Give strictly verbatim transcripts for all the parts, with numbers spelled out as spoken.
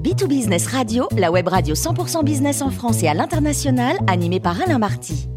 B deux Business Radio, la web radio cent pour cent business en France et à l'international, animée par Alain Marty.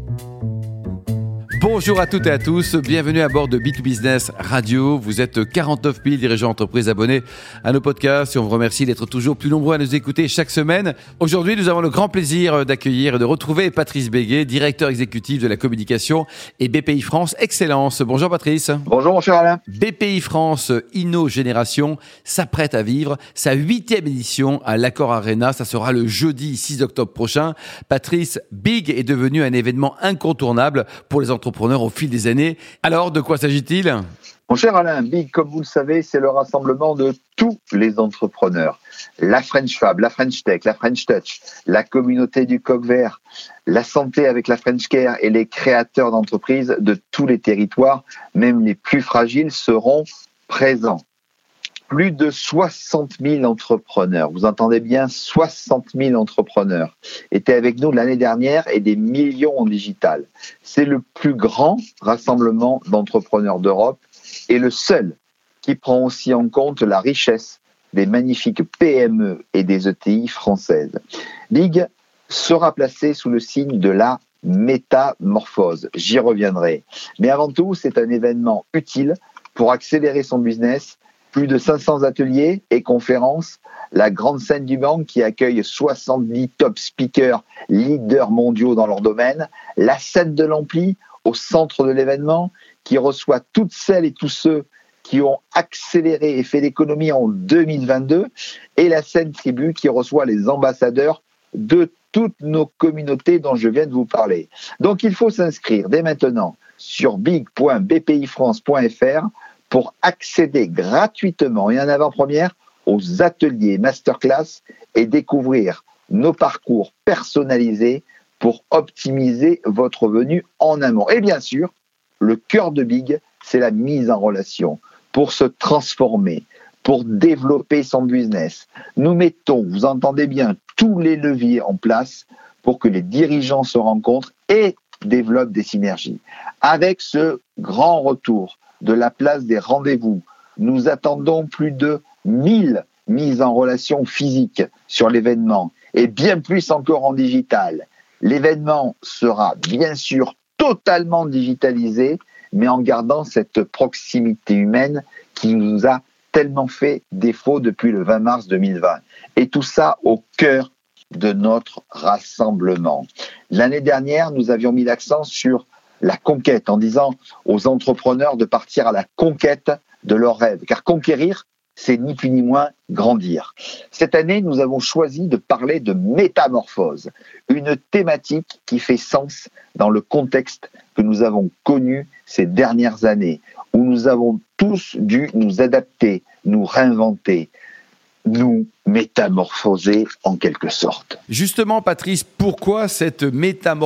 Bonjour à toutes et à tous, bienvenue à bord de B deux Business Radio. Vous êtes quarante-neuf mille dirigeants d'entreprise abonnés à nos podcasts et on vous remercie d'être toujours plus nombreux à nous écouter chaque semaine. Aujourd'hui, nous avons le grand plaisir d'accueillir et de retrouver Patrice Béguet, directeur exécutif de la communication et B P I France Excellence. Bonjour Patrice. Bonjour mon cher Alain. B P I France Inno Génération s'apprête à vivre sa huitième édition à l'Accor Arena. Ça sera le jeudi six octobre prochain. Patrice, Big est devenu un événement incontournable pour les entrepreneurs au fil des années. Alors, de quoi s'agit-il ? Mon cher Alain, Big, comme vous le savez, c'est le rassemblement de tous les entrepreneurs. La French Fab, la French Tech, la French Touch, la communauté du Coq Vert, la santé avec la French Care et les créateurs d'entreprises de tous les territoires, même les plus fragiles, seront présents. Plus de soixante mille entrepreneurs, vous entendez bien, soixante mille entrepreneurs étaient avec nous l'année dernière et des millions en digital. C'est le plus grand rassemblement d'entrepreneurs d'Europe et le seul qui prend aussi en compte la richesse des magnifiques P M E et des E T I françaises. Big sera placé sous le signe de la métamorphose. J'y reviendrai. Mais avant tout, c'est un événement utile pour accélérer son business. Plus de cinq cents ateliers et conférences, la grande scène du banque qui accueille soixante-dix top speakers, leaders mondiaux dans leur domaine, la scène de l'Ampli au centre de l'événement qui reçoit toutes celles et tous ceux qui ont accéléré et fait l'économie en deux mille vingt-deux et la scène tribu qui reçoit les ambassadeurs de toutes nos communautés dont je viens de vous parler. Donc il faut s'inscrire dès maintenant sur big point b p i france point f r pour accéder gratuitement et en avant-première aux ateliers masterclass et découvrir nos parcours personnalisés pour optimiser votre revenu en amont. Et bien sûr, le cœur de Big, c'est la mise en relation pour se transformer, pour développer son business. Nous mettons, vous entendez bien, tous les leviers en place pour que les dirigeants se rencontrent et développent des synergies. Avec ce grand retour de la place des rendez-vous, nous attendons plus de mille mises en relation physiques sur l'événement et bien plus encore en digital. L'événement sera bien sûr totalement digitalisé, mais en gardant cette proximité humaine qui nous a tellement fait défaut depuis le vingt mars deux mille vingt. Et tout ça au cœur de notre rassemblement. L'année dernière, nous avions mis l'accent sur la conquête, en disant aux entrepreneurs de partir à la conquête de leurs rêves. Car conquérir, c'est ni plus ni moins grandir. Cette année, nous avons choisi de parler de métamorphose, une thématique qui fait sens dans le contexte que nous avons connu ces dernières années, où nous avons tous dû nous adapter, nous réinventer, nous métamorphoser en quelque sorte. Justement, Patrice, pourquoi cette métamorphose ?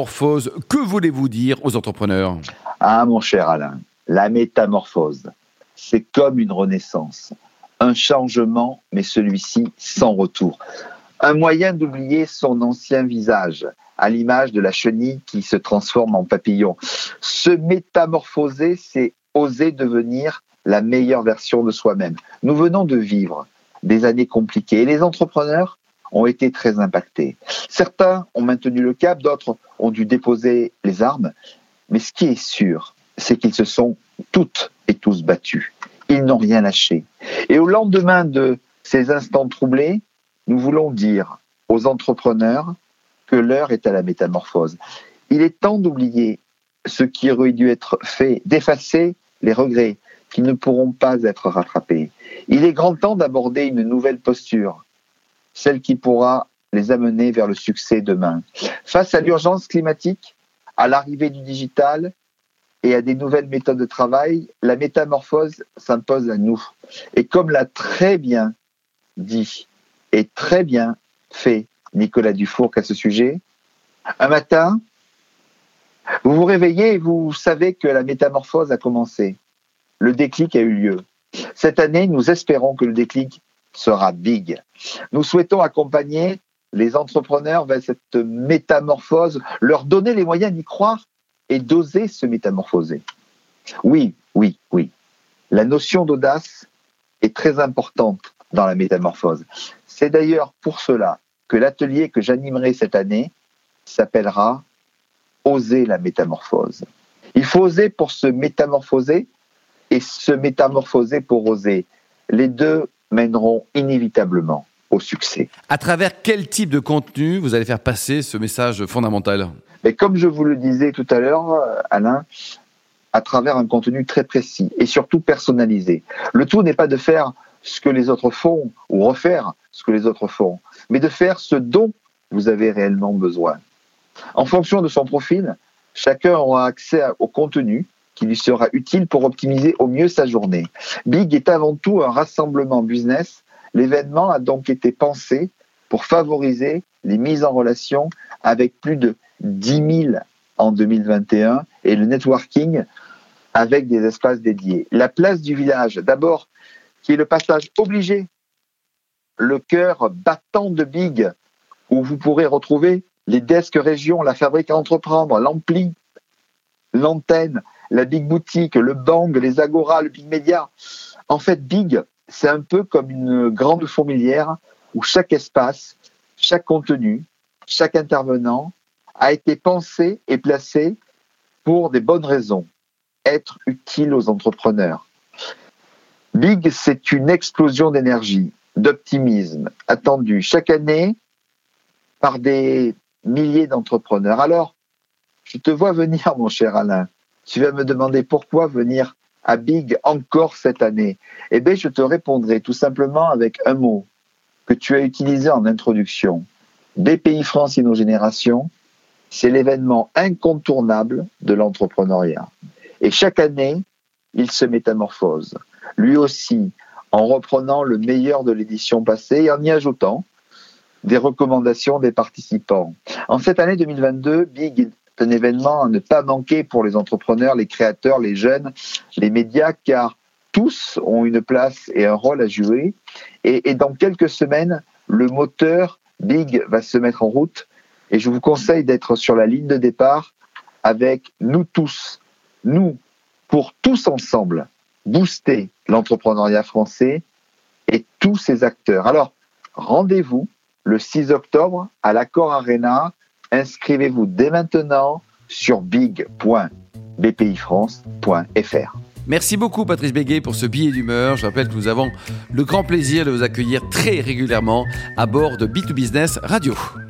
Que voulez-vous dire aux entrepreneurs ? Ah, mon cher Alain, la métamorphose, c'est comme une renaissance, un changement, mais celui-ci sans retour. Un moyen d'oublier son ancien visage, à l'image de la chenille qui se transforme en papillon. Se métamorphoser, c'est oser devenir la meilleure version de soi-même. Nous venons de vivre des années compliquées. Et les entrepreneurs ont été très impactés. Certains ont maintenu le cap, d'autres ont dû déposer les armes. Mais ce qui est sûr, c'est qu'ils se sont toutes et tous battus. Ils n'ont rien lâché. Et au lendemain de ces instants troublés, nous voulons dire aux entrepreneurs que l'heure est à la métamorphose. Il est temps d'oublier ce qui aurait dû être fait, d'effacer les regrets qui ne pourront pas être rattrapés. Il est grand temps d'aborder une nouvelle posture, celle qui pourra les amener vers le succès demain. Face à l'urgence climatique, à l'arrivée du digital et à des nouvelles méthodes de travail, la métamorphose s'impose à nous. Et comme l'a très bien dit et très bien fait Nicolas Dufourcq à ce sujet, un matin, vous vous réveillez et vous savez que la métamorphose a commencé. Le déclic a eu lieu. Cette année, nous espérons que le déclic sera big. Nous souhaitons accompagner les entrepreneurs vers cette métamorphose, leur donner les moyens d'y croire et d'oser se métamorphoser. Oui, oui, oui. La notion d'audace est très importante dans la métamorphose. C'est d'ailleurs pour cela que l'atelier que j'animerai cette année s'appellera « Oser la métamorphose ». Il faut oser pour se métamorphoser et se métamorphoser pour oser. Les deux mèneront inévitablement au succès. À travers quel type de contenu vous allez faire passer ce message fondamental ? Mais comme je vous le disais tout à l'heure, Alain, à travers un contenu très précis et surtout personnalisé. Le tout n'est pas de faire ce que les autres font ou refaire ce que les autres font, mais de faire ce dont vous avez réellement besoin. En fonction de son profil, chacun aura accès au contenu qui lui sera utile pour optimiser au mieux sa journée. Big est avant tout un rassemblement business. L'événement a donc été pensé pour favoriser les mises en relation avec plus de dix mille en deux mille vingt et un et le networking avec des espaces dédiés. La place du village, d'abord, qui est le passage obligé, le cœur battant de Big, où vous pourrez retrouver les desks régions, la fabrique à entreprendre, l'ampli, l'antenne, la Big Boutique, le Bang, les Agora, le Big Media. En fait, Big, c'est un peu comme une grande fourmilière où chaque espace, chaque contenu, chaque intervenant a été pensé et placé pour des bonnes raisons, être utile aux entrepreneurs. Big, c'est une explosion d'énergie, d'optimisme attendue chaque année par des milliers d'entrepreneurs. Alors, je te vois venir, mon cher Alain. Tu vas me demander pourquoi venir à Big encore cette année. Eh bien, je te répondrai tout simplement avec un mot que tu as utilisé en introduction. B P I France InnoGénération, c'est l'événement incontournable de l'entrepreneuriat. Et chaque année, il se métamorphose. Lui aussi, en reprenant le meilleur de l'édition passée et en y ajoutant des recommandations des participants. En cette année deux mille vingt-deux, Big est un événement à ne pas manquer pour les entrepreneurs, les créateurs, les jeunes, les médias, car tous ont une place et un rôle à jouer. Et, et dans quelques semaines, le moteur Big va se mettre en route. Et je vous conseille d'être sur la ligne de départ avec nous tous, nous, pour tous ensemble, booster l'entrepreneuriat français et tous ses acteurs. Alors, rendez-vous le six octobre à l'Accor Arena. Inscrivez-vous dès maintenant sur big point b p i france point f r. Merci beaucoup Patrice Béguet pour ce billet d'humeur. Je rappelle que nous avons le grand plaisir de vous accueillir très régulièrement à bord de B deux Business Radio.